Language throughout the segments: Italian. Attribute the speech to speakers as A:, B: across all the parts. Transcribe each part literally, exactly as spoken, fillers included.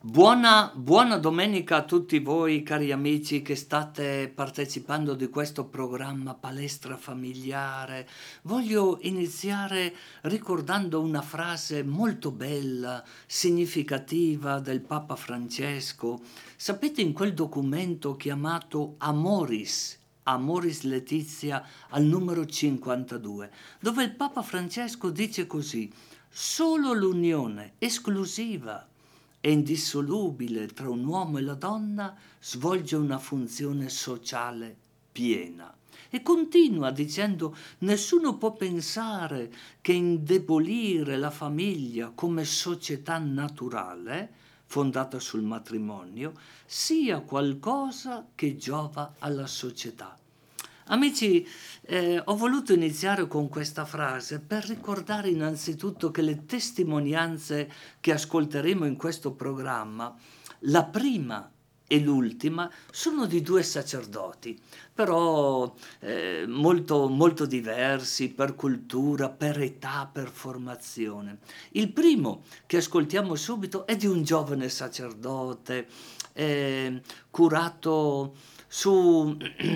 A: Buona, buona domenica a tutti voi cari amici che state partecipando di questo programma Palestra Familiare. Voglio iniziare ricordando una frase molto bella, significativa del Papa Francesco. Sapete, in quel documento chiamato Amoris, Amoris Laetitia al numero cinquantadue, dove il Papa Francesco dice così: solo l'unione esclusiva e indissolubile tra un uomo e la donna svolge una funzione sociale piena. E continua dicendo: nessuno può pensare che indebolire la famiglia come società naturale, fondata sul matrimonio, sia qualcosa che giova alla società. Amici, eh, ho voluto iniziare con questa frase per ricordare innanzitutto che le testimonianze che ascolteremo in questo programma, la prima e l'ultima, sono di due sacerdoti, però eh, molto, molto diversi per cultura, per età, per formazione. Il primo che ascoltiamo subito è di un giovane sacerdote, eh, curato su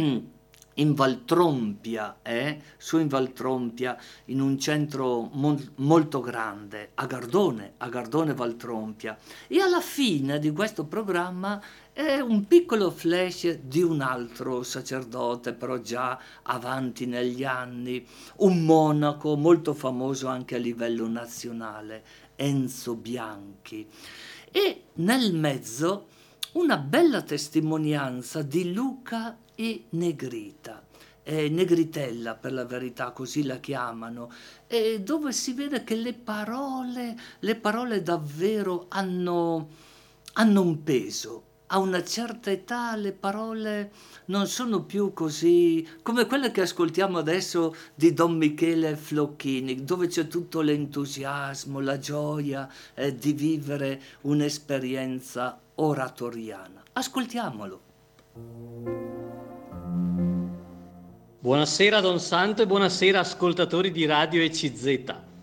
A: in Valtrompia, eh? Su in Valtrompia, in un centro mol- molto grande, a Gardone, a Gardone Valtrompia. E alla fine di questo programma è un piccolo flash di un altro sacerdote, però già avanti negli anni, un monaco molto famoso anche a livello nazionale, Enzo Bianchi. E nel mezzo una bella testimonianza di Luca e Negrita, eh, Negritella per la verità, così la chiamano, e dove si vede che le parole, le parole davvero hanno, hanno un peso. A una certa età le parole non sono più così come quelle che ascoltiamo adesso di Don Michele Flocchini, dove c'è tutto l'entusiasmo, la gioia eh, di vivere un'esperienza oratoriana. Ascoltiamolo.
B: Buonasera Don Santo e buonasera ascoltatori di Radio E C Z.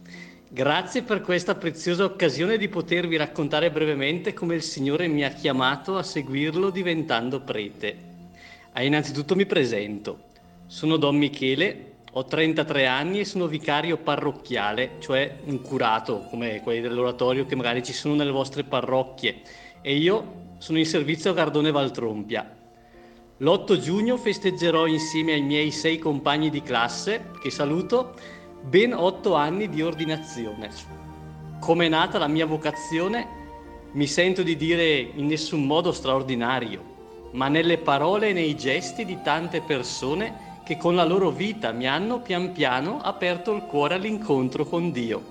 B: Grazie per questa preziosa occasione di potervi raccontare brevemente come il Signore mi ha chiamato a seguirlo diventando prete. Ah, innanzitutto mi presento. Sono Don Michele, ho trentatré anni e sono vicario parrocchiale, cioè un curato, come quelli dell'oratorio che magari ci sono nelle vostre parrocchie. E io sono in servizio a Gardone Valtrompia. L'otto giugno festeggerò insieme ai miei sei compagni di classe, che saluto, ben otto anni di ordinazione. Come è nata la mia vocazione? Mi sento di dire in nessun modo straordinario, ma nelle parole e nei gesti di tante persone che con la loro vita mi hanno pian piano aperto il cuore all'incontro con Dio.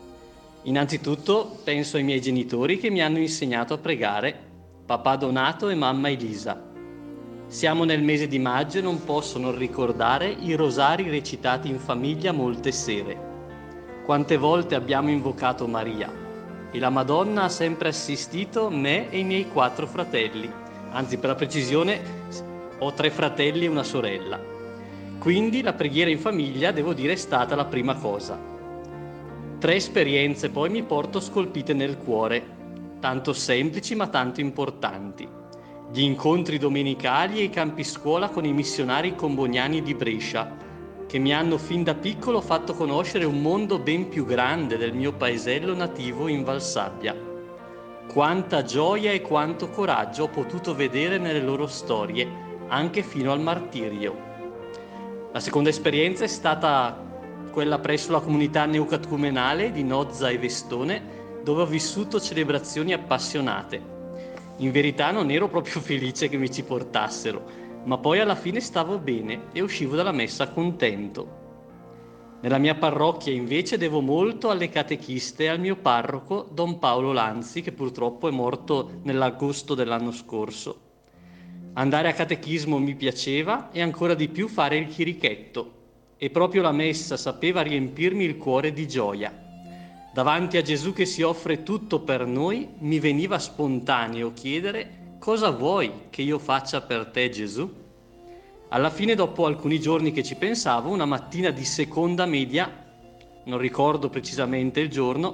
B: Innanzitutto penso ai miei genitori che mi hanno insegnato a pregare, papà Donato e mamma Elisa. Siamo nel mese di maggio e non posso non ricordare i rosari recitati in famiglia molte sere. Quante volte abbiamo invocato Maria e la Madonna ha sempre assistito me e i miei quattro fratelli. Anzi, per la precisione, ho tre fratelli e una sorella. Quindi la preghiera in famiglia, devo dire, è stata la prima cosa. Tre esperienze poi mi porto scolpite nel cuore, tanto semplici ma tanto importanti. Gli incontri domenicali e i campi scuola con i missionari comboniani di Brescia, che mi hanno fin da piccolo fatto conoscere un mondo ben più grande del mio paesello nativo in Valsabbia. Quanta gioia e quanto coraggio ho potuto vedere nelle loro storie, anche fino al martirio. La seconda esperienza è stata quella presso la comunità neocatecumenale di Nozza e Vestone, dove ho vissuto celebrazioni appassionate. In verità non ero proprio felice che mi ci portassero, ma poi alla fine stavo bene e uscivo dalla messa contento. Nella mia parrocchia invece devo molto alle catechiste e al mio parroco Don Paolo Lanzi, che purtroppo è morto nell'agosto dell'anno scorso. Andare a catechismo mi piaceva e ancora di più fare il chirichetto, e proprio la messa sapeva riempirmi il cuore di gioia. Davanti a Gesù che si offre tutto per noi, mi veniva spontaneo chiedere: cosa vuoi che io faccia per te, Gesù? Alla fine, dopo alcuni giorni che ci pensavo, una mattina di seconda media, non ricordo precisamente il giorno,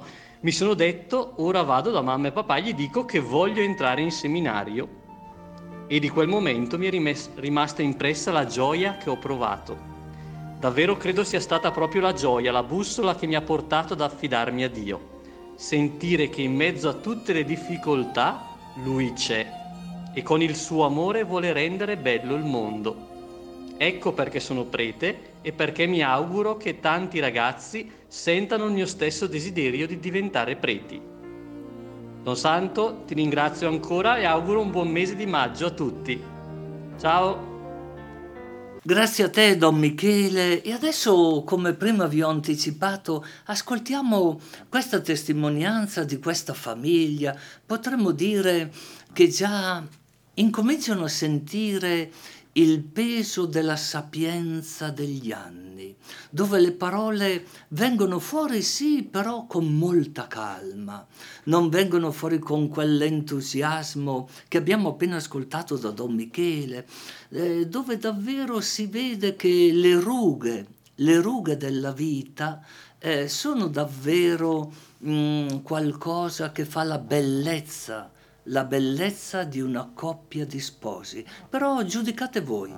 B: Mi sono detto, ora vado da mamma e papà e gli dico che voglio entrare in seminario. E di quel momento mi è rimes- rimasta impressa la gioia che ho provato. Davvero credo sia stata proprio la gioia, la bussola che mi ha portato ad affidarmi a Dio. Sentire che in mezzo a tutte le difficoltà Lui c'è e con il suo amore vuole rendere bello il mondo. Ecco perché sono prete e perché mi auguro che tanti ragazzi sentano il mio stesso desiderio di diventare preti. Don Santo, ti ringrazio ancora e auguro un buon mese di maggio a tutti. Ciao!
A: Grazie a te, Don Michele. E adesso, come prima vi ho anticipato, ascoltiamo questa testimonianza di questa famiglia. Potremmo dire che già incominciano a sentire il peso della sapienza degli anni, dove le parole vengono fuori sì, però con molta calma, non vengono fuori con quell'entusiasmo che abbiamo appena ascoltato da Don Michele, eh, dove davvero si vede che le rughe, le rughe della vita eh, sono davvero mm, qualcosa che fa la bellezza, la bellezza di una coppia di sposi. Però giudicate voi.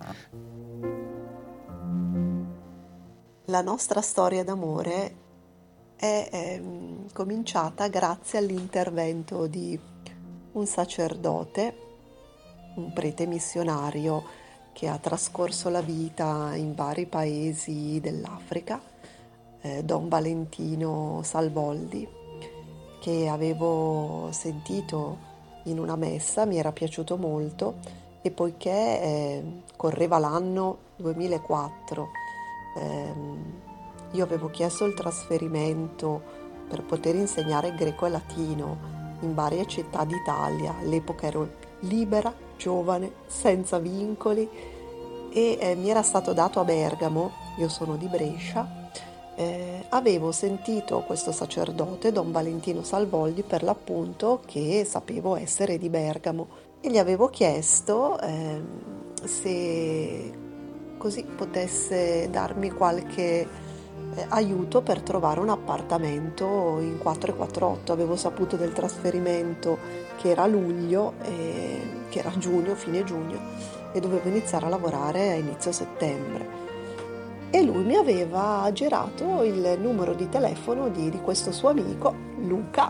C: La nostra storia d'amore è ehm, cominciata grazie all'intervento di un sacerdote, un prete missionario che ha trascorso la vita in vari paesi dell'Africa, eh, Don Valentino Salvoldi, che avevo sentito in una messa, mi era piaciuto molto e poiché eh, correva l'anno duemilaquattro, ehm, io avevo chiesto il trasferimento per poter insegnare greco e latino in varie città d'Italia. All'epoca ero libera, giovane, senza vincoli e eh, mi era stato dato a Bergamo, io sono di Brescia. Eh, avevo sentito questo sacerdote, Don Valentino Salvoldi, per l'appunto, che sapevo essere di Bergamo, e gli avevo chiesto eh, se così potesse darmi qualche eh, aiuto per trovare un appartamento in quattrocentoquarantotto. Avevo saputo del trasferimento che era a luglio, eh, che era giugno, fine giugno, e dovevo iniziare a lavorare a inizio settembre. E lui mi aveva girato il numero di telefono di, di questo suo amico, Luca,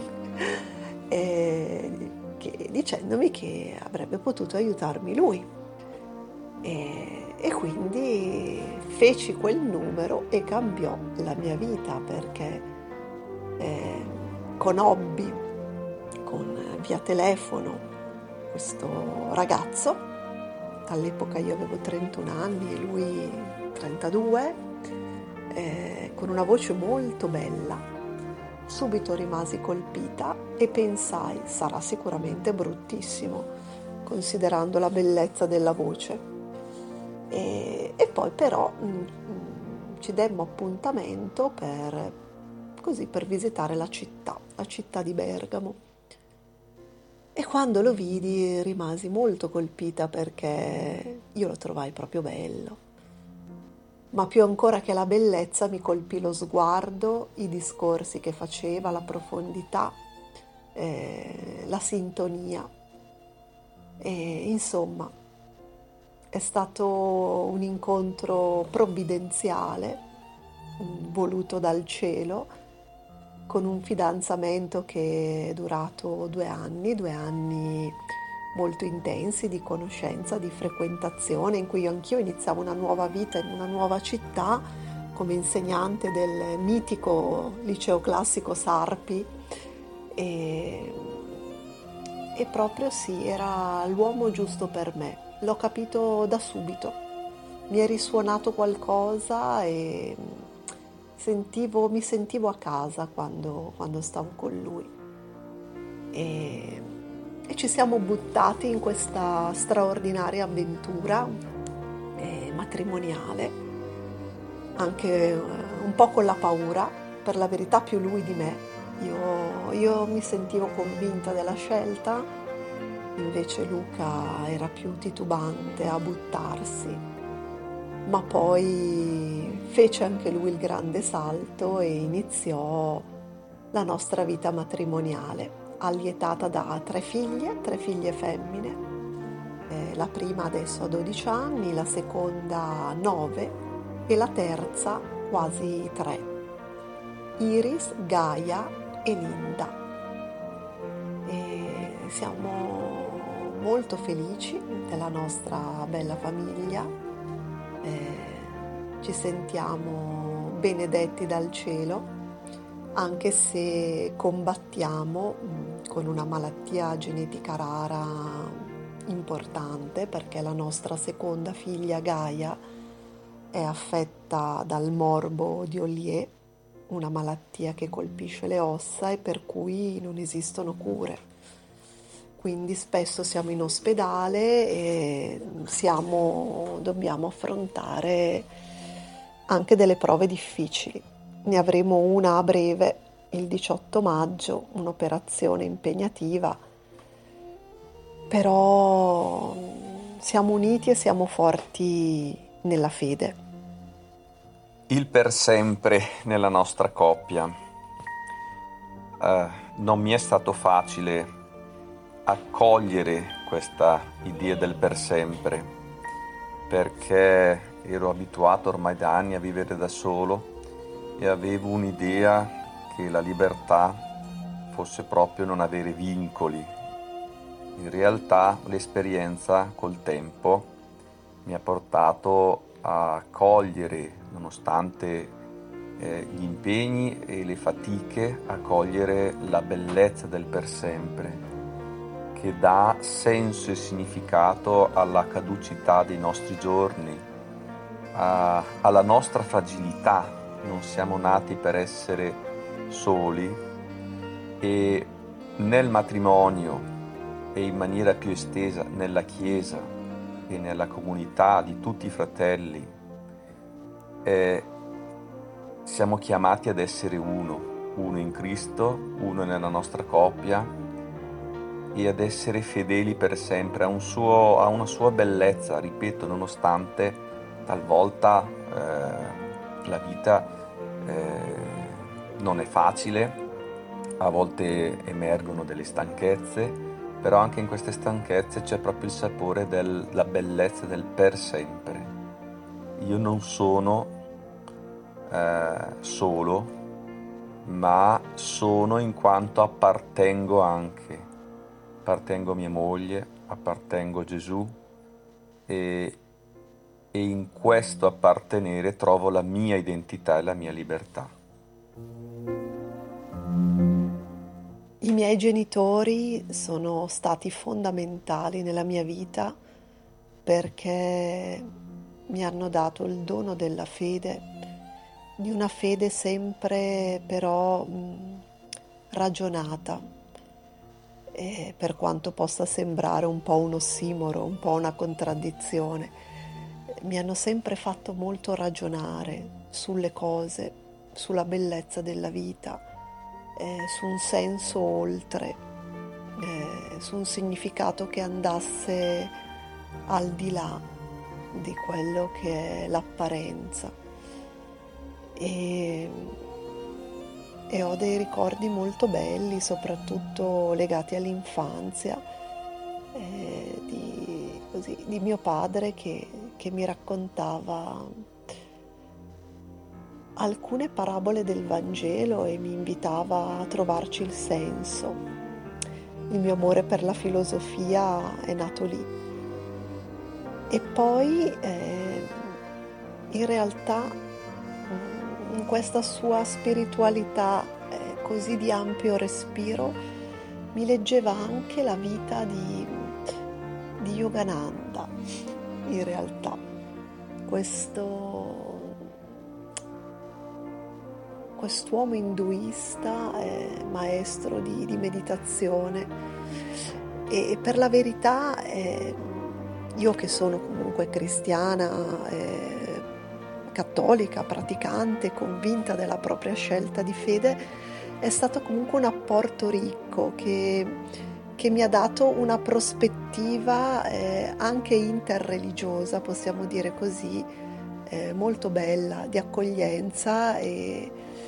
C: e, che, dicendomi che avrebbe potuto aiutarmi lui. E, e quindi feci quel numero e cambiò la mia vita, perché eh, conobbi con via telefono questo ragazzo. All'epoca io avevo trentuno anni e lui trentadue, eh, con una voce molto bella. Subito rimasi colpita e pensai, sarà sicuramente bruttissimo, considerando la bellezza della voce. E, e poi però mh, ci demmo appuntamento per, così, per visitare la città, la città di Bergamo. E quando lo vidi rimasi molto colpita, perché io lo trovai proprio bello. Ma più ancora che la bellezza mi colpì lo sguardo, i discorsi che faceva, la profondità, eh, la sintonia. E insomma, è stato un incontro provvidenziale, voluto dal cielo, con un fidanzamento che è durato due anni, due anni molto intensi di conoscenza, di frequentazione, in cui io anch'io iniziavo una nuova vita in una nuova città come insegnante del mitico liceo classico Sarpi, e, e proprio sì, era l'uomo giusto per me. L'ho capito da subito, mi è risuonato qualcosa e sentivo, mi sentivo a casa quando, quando stavo con lui. E, e ci siamo buttati in questa straordinaria avventura eh, matrimoniale, anche eh, un po' con la paura, per la verità più lui di me. Io, io mi sentivo convinta della scelta, invece Luca era più titubante a buttarsi, ma poi fece anche lui il grande salto e iniziò la nostra vita matrimoniale, allietata da tre figlie, tre figlie femmine. Eh, la prima adesso ha dodici anni, la seconda nove e la terza quasi tre. Iris, Gaia e Linda. E siamo molto felici della nostra bella famiglia, eh, ci sentiamo benedetti dal cielo, anche se combattiamo mh, con una malattia genetica rara importante, perché la nostra seconda figlia Gaia è affetta dal morbo di Ollier, una malattia che colpisce le ossa e per cui non esistono cure. Quindi spesso siamo in ospedale e siamo, dobbiamo affrontare anche delle prove difficili. Ne avremo una a breve, il diciotto maggio, un'operazione impegnativa, però siamo uniti e siamo forti nella fede.
D: Il per sempre nella nostra coppia. Eh, non mi è stato facile accogliere questa idea del per sempre, perché ero abituato ormai da anni a vivere da solo e avevo un'idea che la libertà fosse proprio non avere vincoli. In realtà l'esperienza col tempo mi ha portato a cogliere, nonostante eh, gli impegni e le fatiche, a cogliere la bellezza del per sempre, che dà senso e significato alla caducità dei nostri giorni, a, alla nostra fragilità. Non siamo nati per essere soli e nel matrimonio e in maniera più estesa nella Chiesa e nella comunità di tutti i fratelli, eh, siamo chiamati ad essere uno, uno in Cristo, uno nella nostra coppia, e ad essere fedeli per sempre a, un suo, a una sua bellezza, ripeto, nonostante talvolta eh, la vita eh, non è facile, a volte emergono delle stanchezze, però anche in queste stanchezze c'è proprio il sapore della bellezza del per sempre. Io non sono eh, solo, ma sono in quanto appartengo anche. Appartengo a mia moglie, appartengo a Gesù e, e in questo appartenere trovo la mia identità e la mia libertà.
C: I miei genitori sono stati fondamentali nella mia vita perché mi hanno dato il dono della fede, di una fede sempre però mh, ragionata, e per quanto possa sembrare un po' un ossimoro, un po' una contraddizione, mi hanno sempre fatto molto ragionare sulle cose, sulla bellezza della vita, eh, su un senso oltre, eh, su un significato che andasse al di là di quello che è l'apparenza. E, e ho dei ricordi molto belli, soprattutto legati all'infanzia, eh, di, così, di mio padre che, che mi raccontava alcune parabole del Vangelo e mi invitava a trovarci il senso. Il mio amore per la filosofia è nato lì. E poi eh, in realtà in questa sua spiritualità eh, così di ampio respiro mi leggeva anche la vita di, di Yogananda, in realtà. Questo quest'uomo induista, eh, maestro di, di meditazione, e per la verità eh, io che sono comunque cristiana, eh, cattolica, praticante, convinta della propria scelta di fede, è stato comunque un apporto ricco che, che mi ha dato una prospettiva eh, anche interreligiosa, possiamo dire così, eh, molto bella, di accoglienza e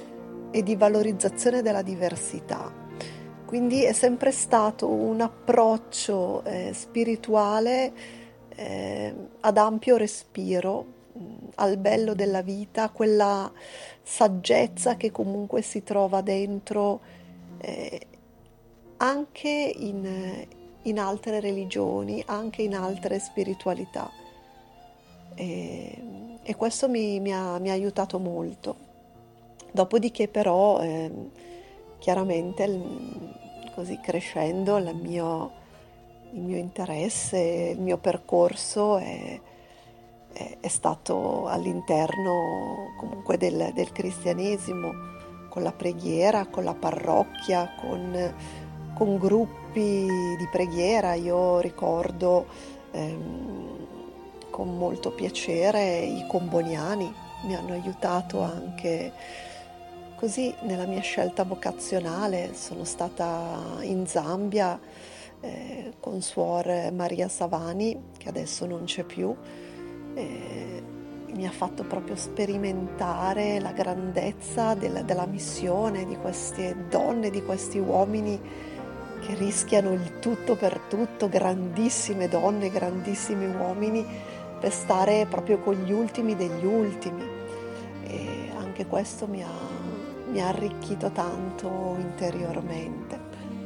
C: e di valorizzazione della diversità. Quindi è sempre stato un approccio eh, spirituale eh, ad ampio respiro, mh, al bello della vita, quella saggezza che comunque si trova dentro eh, anche in, in altre religioni, anche in altre spiritualità. E, e questo mi, mi ha, mi ha aiutato molto. Dopodiché però, eh, chiaramente, il- così crescendo, il mio, il mio interesse, il mio percorso è, è- è stato all'interno comunque del, del cristianesimo, con la preghiera, con la parrocchia, con, con gruppi di preghiera. Io ricordo ehm, con molto piacere i comboniani, mi hanno aiutato anche così nella mia scelta vocazionale. Sono stata in Zambia eh, con Suor Maria Savani, che adesso non c'è più. eh, Mi ha fatto proprio sperimentare la grandezza della, della missione di queste donne, di questi uomini che rischiano il tutto per tutto, grandissime donne, grandissimi uomini, per stare proprio con gli ultimi degli ultimi. E anche questo mi ha, mi ha arricchito tanto interiormente.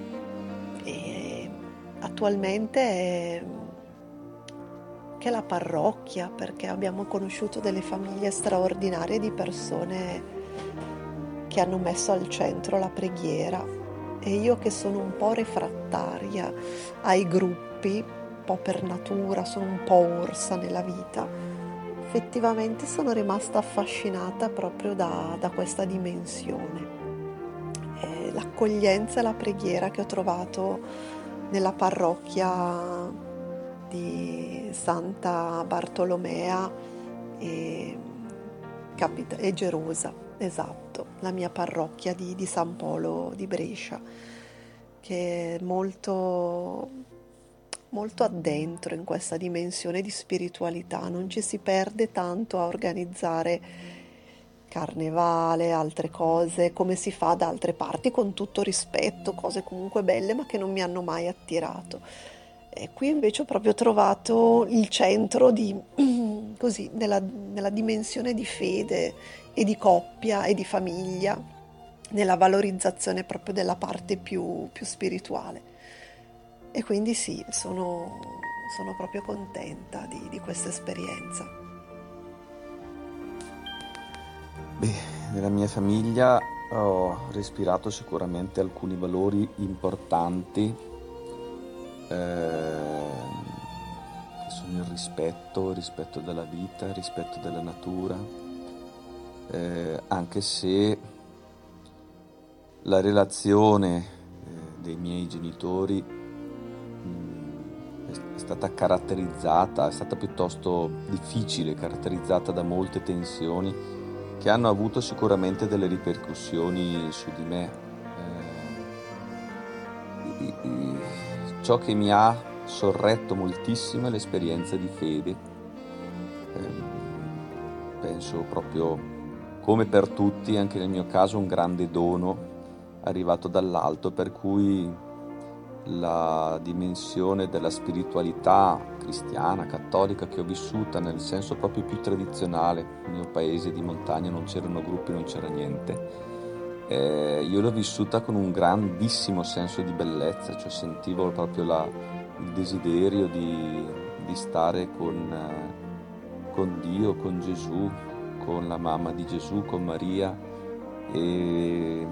C: E attualmente è che la parrocchia, perché abbiamo conosciuto delle famiglie straordinarie di persone che hanno messo al centro la preghiera, e io che sono un po' refrattaria ai gruppi, un po' per natura, sono un po' orsa nella vita, effettivamente sono rimasta affascinata proprio da, da questa dimensione. E l'accoglienza e la preghiera che ho trovato nella parrocchia di Santa Bartolomea e, Capita- e Gerusa, esatto, la mia parrocchia di, di San Polo di Brescia, che è molto, molto addentro in questa dimensione di spiritualità. Non ci si perde tanto a organizzare carnevale, altre cose, come si fa da altre parti, con tutto rispetto, cose comunque belle ma che non mi hanno mai attirato. E qui invece ho proprio trovato il centro di, così, nella, nella dimensione di fede e di coppia e di famiglia, nella valorizzazione proprio della parte più, più spirituale. E quindi sì, sono, sono proprio contenta di, di questa esperienza.
D: Beh, nella mia famiglia ho respirato sicuramente alcuni valori importanti, ehm, che sono il rispetto, il rispetto della vita, il rispetto della natura, eh, anche se la relazione eh, dei miei genitori mh, è, è stata caratterizzata, è stata piuttosto difficile, caratterizzata da molte tensioni che hanno avuto sicuramente delle ripercussioni su di me. Eh, i- i- ciò che mi ha sorretto moltissimo è l'esperienza di fede. Ehm, penso proprio, come per tutti, anche nel mio caso, un grande dono arrivato dall'alto, per cui la dimensione della spiritualità cristiana, cattolica, che ho vissuta nel senso proprio più tradizionale, nel mio paese di montagna non c'erano gruppi, non c'era niente, eh, io l'ho vissuta con un grandissimo senso di bellezza, cioè sentivo proprio la, il desiderio di, di stare con, eh, con Dio, con Gesù, con la mamma di Gesù, con Maria, e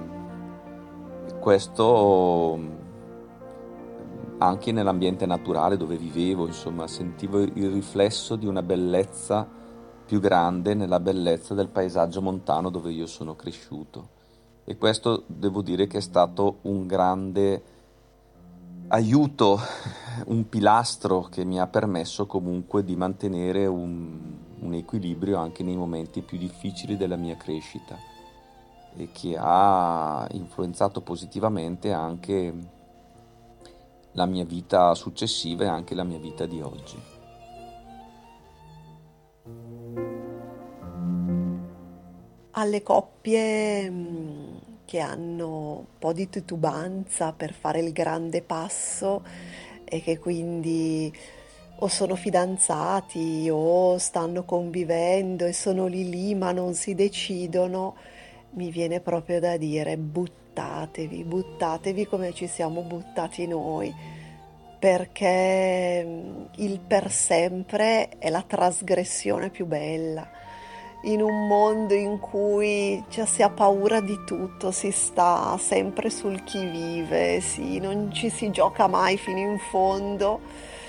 D: questo anche nell'ambiente naturale dove vivevo, insomma, sentivo il riflesso di una bellezza più grande nella bellezza del paesaggio montano dove io sono cresciuto. E questo devo dire che è stato un grande aiuto, un pilastro che mi ha permesso comunque di mantenere un, un equilibrio anche nei momenti più difficili della mia crescita, e che ha influenzato positivamente anche la mia vita successiva e anche la mia vita di oggi.
C: alle coppie mh, che hanno un po' di titubanza per fare il grande passo e che quindi o sono fidanzati o stanno convivendo e sono lì lì ma non si decidono, mi viene proprio da dire buttatevi, buttatevi come ci siamo buttati noi, perché mm, il per sempre è la trasgressione più bella. In un mondo in cui già si ha paura di tutto, si sta sempre sul chi vive, si- non ci si gioca mai fino in fondo,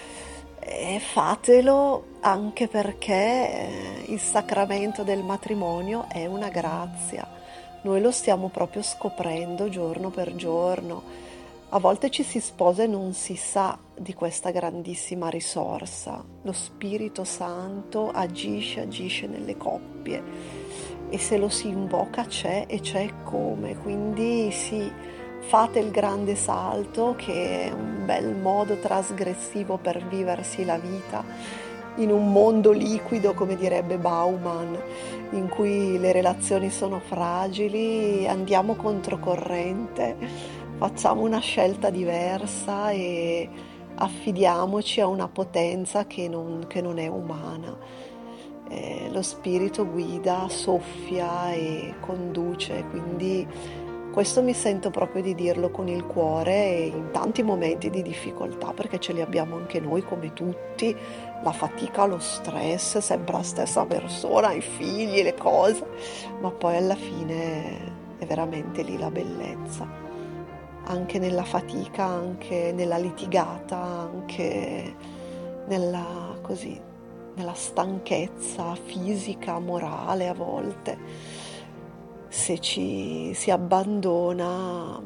C: e fatelo anche perché eh, il sacramento del matrimonio è una grazia. Noi lo stiamo proprio scoprendo giorno per giorno. A volte ci si sposa e non si sa di questa grandissima risorsa. Lo Spirito Santo agisce, agisce nelle coppie e se lo si invoca c'è e c'è come. Quindi sì, fate il grande salto, che è un bel modo trasgressivo per viversi la vita in un mondo liquido, come direbbe Bauman, in cui le relazioni sono fragili. Andiamo controcorrente, facciamo una scelta diversa e affidiamoci a una potenza che non, che non è umana. Eh, lo spirito guida, soffia e conduce, quindi questo mi sento proprio di dirlo con il cuore e in tanti momenti di difficoltà, perché ce li abbiamo anche noi come tutti, la fatica, lo stress, sempre la stessa persona, i figli, le cose, ma poi alla fine è veramente lì la bellezza, anche nella fatica, anche nella litigata, anche nella, così, nella stanchezza fisica, morale a volte. Se ci si abbandona,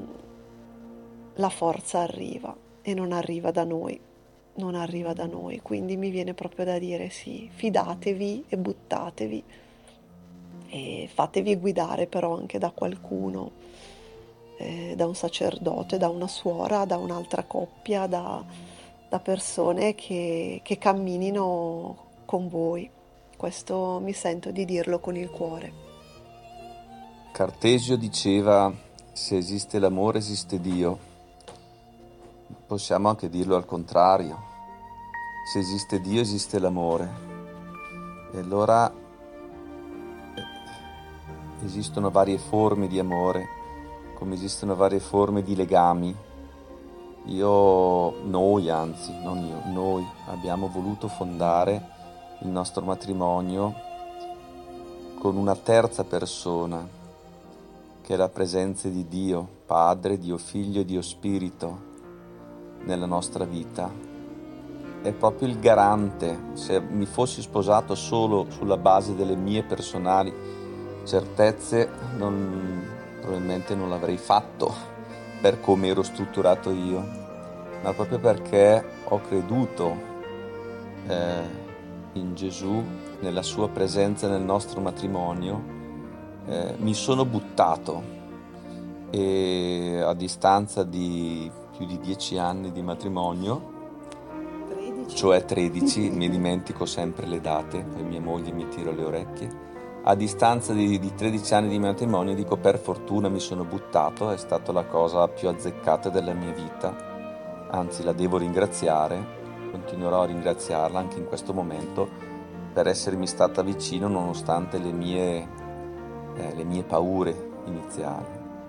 C: la forza arriva e non arriva da noi, non arriva da noi, quindi mi viene proprio da dire sì, fidatevi e buttatevi e fatevi guidare però anche da qualcuno, eh, da un sacerdote, da una suora, da un'altra coppia, da, da persone che, che camminino con voi. Questo mi sento di dirlo con il cuore.
D: Cartesio diceva: se esiste l'amore esiste Dio. Possiamo anche dirlo al contrario: se esiste Dio esiste l'amore. E allora eh, esistono varie forme di amore, come esistono varie forme di legami. Io, noi anzi, non io, noi abbiamo voluto fondare il nostro matrimonio con una terza persona, che è la presenza di Dio, Padre, Dio Figlio e Dio Spirito nella nostra vita. È proprio il garante. Se mi fossi sposato solo sulla base delle mie personali certezze, non, probabilmente non l'avrei fatto per come ero strutturato io, ma proprio perché ho creduto eh, in Gesù, nella sua presenza nel nostro matrimonio. Eh, mi sono buttato e a distanza di più di dieci anni di matrimonio,
C: tredici.
D: cioè tredici, mi dimentico sempre le date e mia moglie mi tira le orecchie, a distanza di, di tredici anni di matrimonio dico per fortuna mi sono buttato, è stata la cosa più azzeccata della mia vita, anzi la devo ringraziare, continuerò a ringraziarla anche in questo momento per essermi stata vicino nonostante le mie Eh, le mie paure iniziali.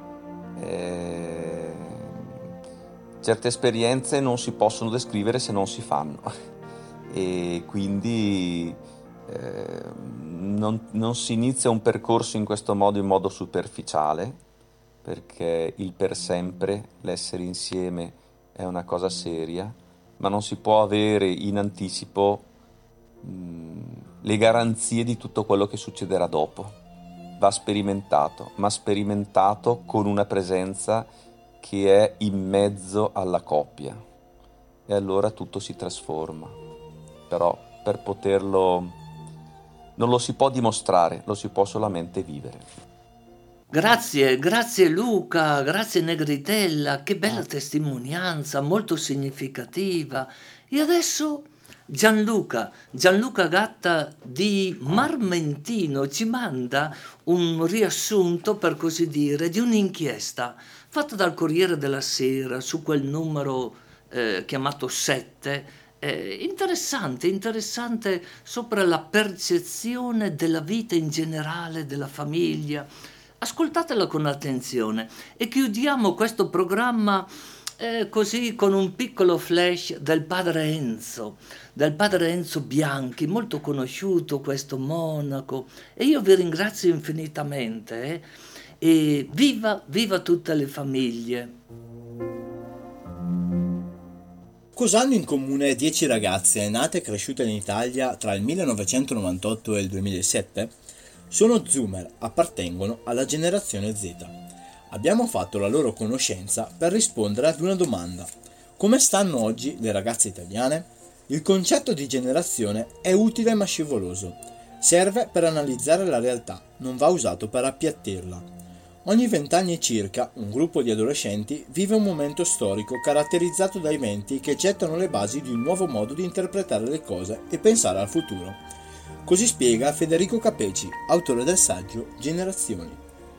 D: Eh, certe esperienze non si possono descrivere se non si fanno e quindi eh, non, non si inizia un percorso in questo modo, in modo superficiale, perché il per sempre, l'essere insieme è una cosa seria, ma non si può avere in anticipo mh, le garanzie di tutto quello che succederà dopo. Va sperimentato, ma sperimentato con una presenza che è in mezzo alla coppia, e allora tutto si trasforma. Però per poterlo non lo si può dimostrare, lo si può solamente vivere.
A: Grazie, grazie Luca, grazie Negritella, che bella testimonianza, molto significativa. E adesso Gianluca, Gianluca Gatta di Marmentino ci manda un riassunto, per così dire, di un'inchiesta fatta dal Corriere della Sera su quel numero eh, chiamato sette. Eh, interessante, interessante sopra la percezione della vita in generale, della famiglia. Ascoltatela con attenzione e chiudiamo questo programma eh, così con un piccolo flash del padre Enzo, del padre Enzo Bianchi, molto conosciuto questo monaco, e io vi ringrazio infinitamente eh, e viva, viva tutte le famiglie.
E: Cosa hanno in comune dieci ragazze nate e cresciute in Italia tra il millenovecentonovantotto e il duemilasette? Sono zoomer, appartengono alla generazione Z. Abbiamo fatto la loro conoscenza per rispondere ad una domanda: come stanno oggi le ragazze italiane? Il concetto di generazione è utile ma scivoloso. Serve per analizzare la realtà, non va usato per appiattirla. Ogni vent'anni circa un gruppo di adolescenti vive un momento storico caratterizzato da eventi che gettano le basi di un nuovo modo di interpretare le cose e pensare al futuro. Così spiega Federico Capeci, autore del saggio Generazioni.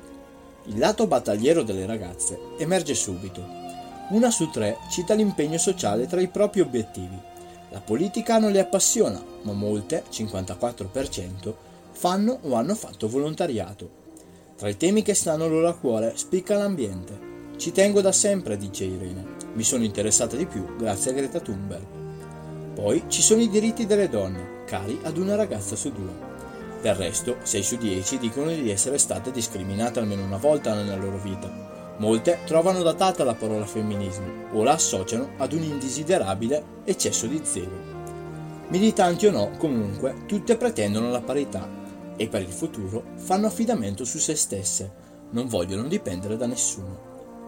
E: Il lato battagliero delle ragazze emerge subito. Una su tre cita l'impegno sociale tra i propri obiettivi. La politica non le appassiona, ma molte, cinquantaquattro per cento, fanno o hanno fatto volontariato. Tra i temi che stanno loro a cuore spicca l'ambiente. Ci tengo da sempre, dice Irene. Mi sono interessata di più grazie a Greta Thunberg. Poi ci sono i diritti delle donne, cari ad una ragazza su due. Del resto, sei su dieci dicono di essere state discriminate almeno una volta nella loro vita. Molte trovano datata la parola femminismo o la associano ad un indesiderabile eccesso di zelo. Militanti o no, comunque, tutte pretendono la parità e per il futuro fanno affidamento su se stesse, non vogliono dipendere da nessuno.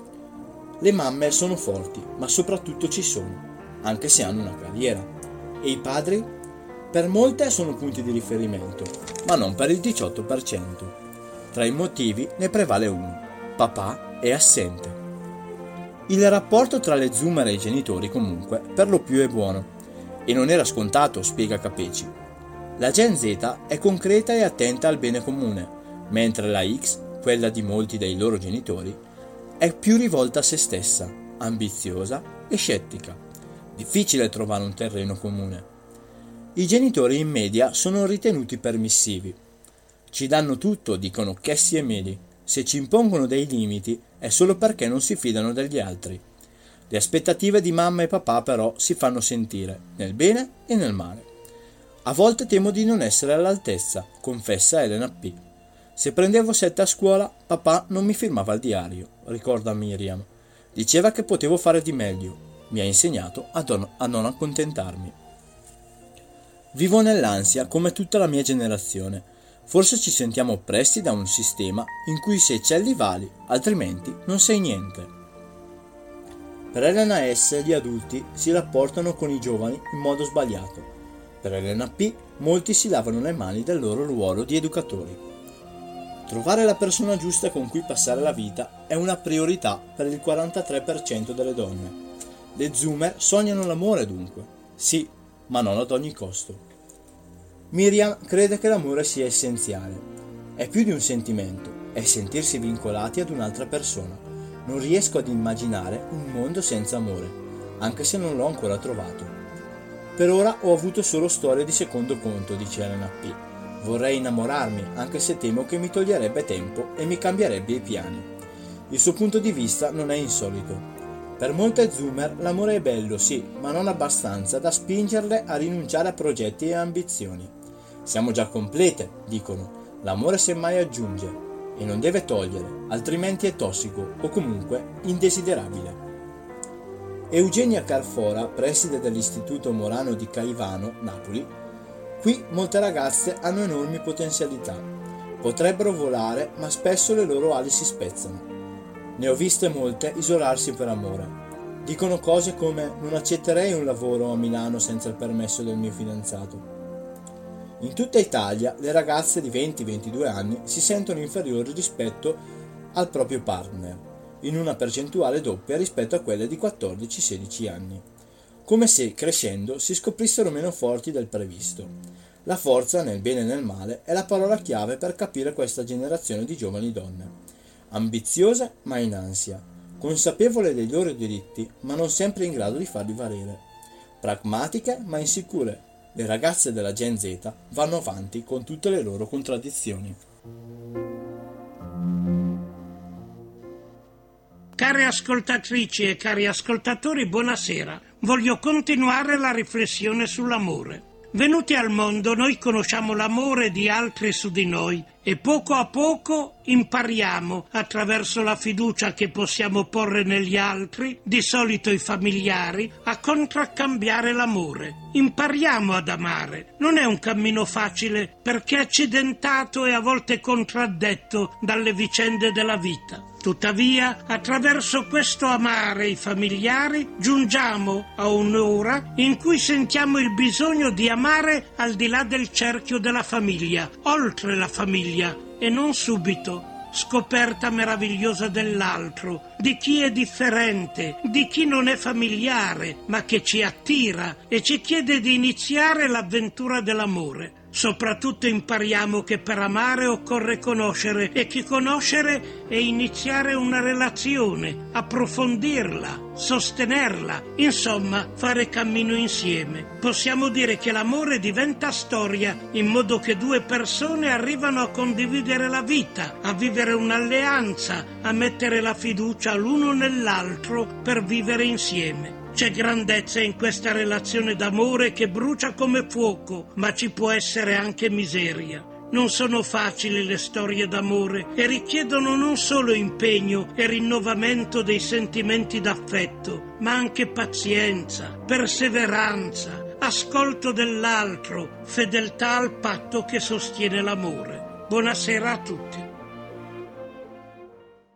E: Le mamme sono forti, ma soprattutto ci sono, anche se hanno una carriera. E i padri? Per molte sono punti di riferimento, ma non per il diciotto per cento. Tra i motivi ne prevale uno: papà è assente. Il rapporto tra le zoomer e i genitori comunque per lo più è buono, e non era scontato, spiega Capeci. La Gen Z è concreta e attenta al bene comune, mentre la X, quella di molti dei loro genitori, è più rivolta a se stessa, ambiziosa e scettica. Difficile trovare un terreno comune. I genitori in media sono ritenuti permissivi. Ci danno tutto, dicono Chessi e Meli. Se ci impongono dei limiti è solo perché non si fidano degli altri. Le aspettative di mamma e papà però si fanno sentire, nel bene e nel male. A volte temo di non essere all'altezza, confessa Elena P. Se prendevo sette a scuola, papà non mi firmava il diario, ricorda Miriam. Diceva che potevo fare di meglio. Mi ha insegnato a, don- a non accontentarmi. Vivo nell'ansia come tutta la mia generazione. Forse ci sentiamo oppressi da un sistema in cui se eccelli vali, altrimenti non sei niente. Per Elena S. gli adulti si rapportano con i giovani in modo sbagliato. Per Elena P. molti si lavano le mani del loro ruolo di educatori. Trovare la persona giusta con cui passare la vita è una priorità per il quarantatré per cento delle donne. Le zoomer sognano l'amore dunque, sì, ma non ad ogni costo. Miriam crede che l'amore sia essenziale. È più di un sentimento, è sentirsi vincolati ad un'altra persona. Non riesco ad immaginare un mondo senza amore, anche se non l'ho ancora trovato. Per ora ho avuto solo storie di secondo conto, dice Elena P. Vorrei innamorarmi, anche se temo che mi toglierebbe tempo e mi cambierebbe i piani. Il suo punto di vista non è insolito. Per molte zoomer l'amore è bello, sì, ma non abbastanza da spingerle a rinunciare a progetti e ambizioni. Siamo già complete, dicono, l'amore semmai aggiunge e non deve togliere, altrimenti è tossico o comunque indesiderabile. Eugenia Carfora, preside dell'Istituto Morano di Caivano, Napoli, qui molte ragazze hanno enormi potenzialità. Potrebbero volare, ma spesso le loro ali si spezzano. Ne ho viste molte isolarsi per amore. Dicono cose come: non accetterei un lavoro a Milano senza il permesso del mio fidanzato. In tutta Italia le ragazze di venti ventidue anni si sentono inferiori rispetto al proprio partner, in una percentuale doppia rispetto a quelle di quattordici sedici anni. come se crescendo si scoprissero meno forti del previsto. La forza, nel bene e nel male, è la parola chiave per capire questa generazione di giovani donne. Ambiziose ma in ansia, consapevole dei loro diritti ma non sempre in grado di farli valere. Pragmatiche ma insicure, le ragazze della Gen Z vanno avanti con tutte le loro contraddizioni.
F: Care ascoltatrici e cari ascoltatori, buonasera. Voglio continuare la riflessione sull'amore. Venuti al mondo noi conosciamo l'amore di altri su di noi e poco a poco impariamo, attraverso la fiducia che possiamo porre negli altri, di solito i familiari, a contraccambiare l'amore. Impariamo ad amare. Non è un cammino facile perché è accidentato e a volte contraddetto dalle vicende della vita. Tuttavia, attraverso questo amare i familiari, giungiamo a un'ora in cui sentiamo il bisogno di amare al di là del cerchio della famiglia, oltre la famiglia, e non subito. Scoperta meravigliosa dell'altro, di chi è differente, di chi non è familiare, ma che ci attira e ci chiede di iniziare l'avventura dell'amore. Soprattutto impariamo che per amare occorre conoscere e che conoscere è iniziare una relazione, approfondirla, sostenerla, insomma fare cammino insieme. Possiamo dire che l'amore diventa storia in modo che due persone arrivano a condividere la vita, a vivere un'alleanza, a mettere la fiducia l'uno nell'altro per vivere insieme. C'è grandezza in questa relazione d'amore che brucia come fuoco, ma ci può essere anche miseria. Non sono facili le storie d'amore e richiedono non solo impegno e rinnovamento dei sentimenti d'affetto, ma anche pazienza, perseveranza, ascolto dell'altro, fedeltà al patto che sostiene l'amore. Buonasera a tutti.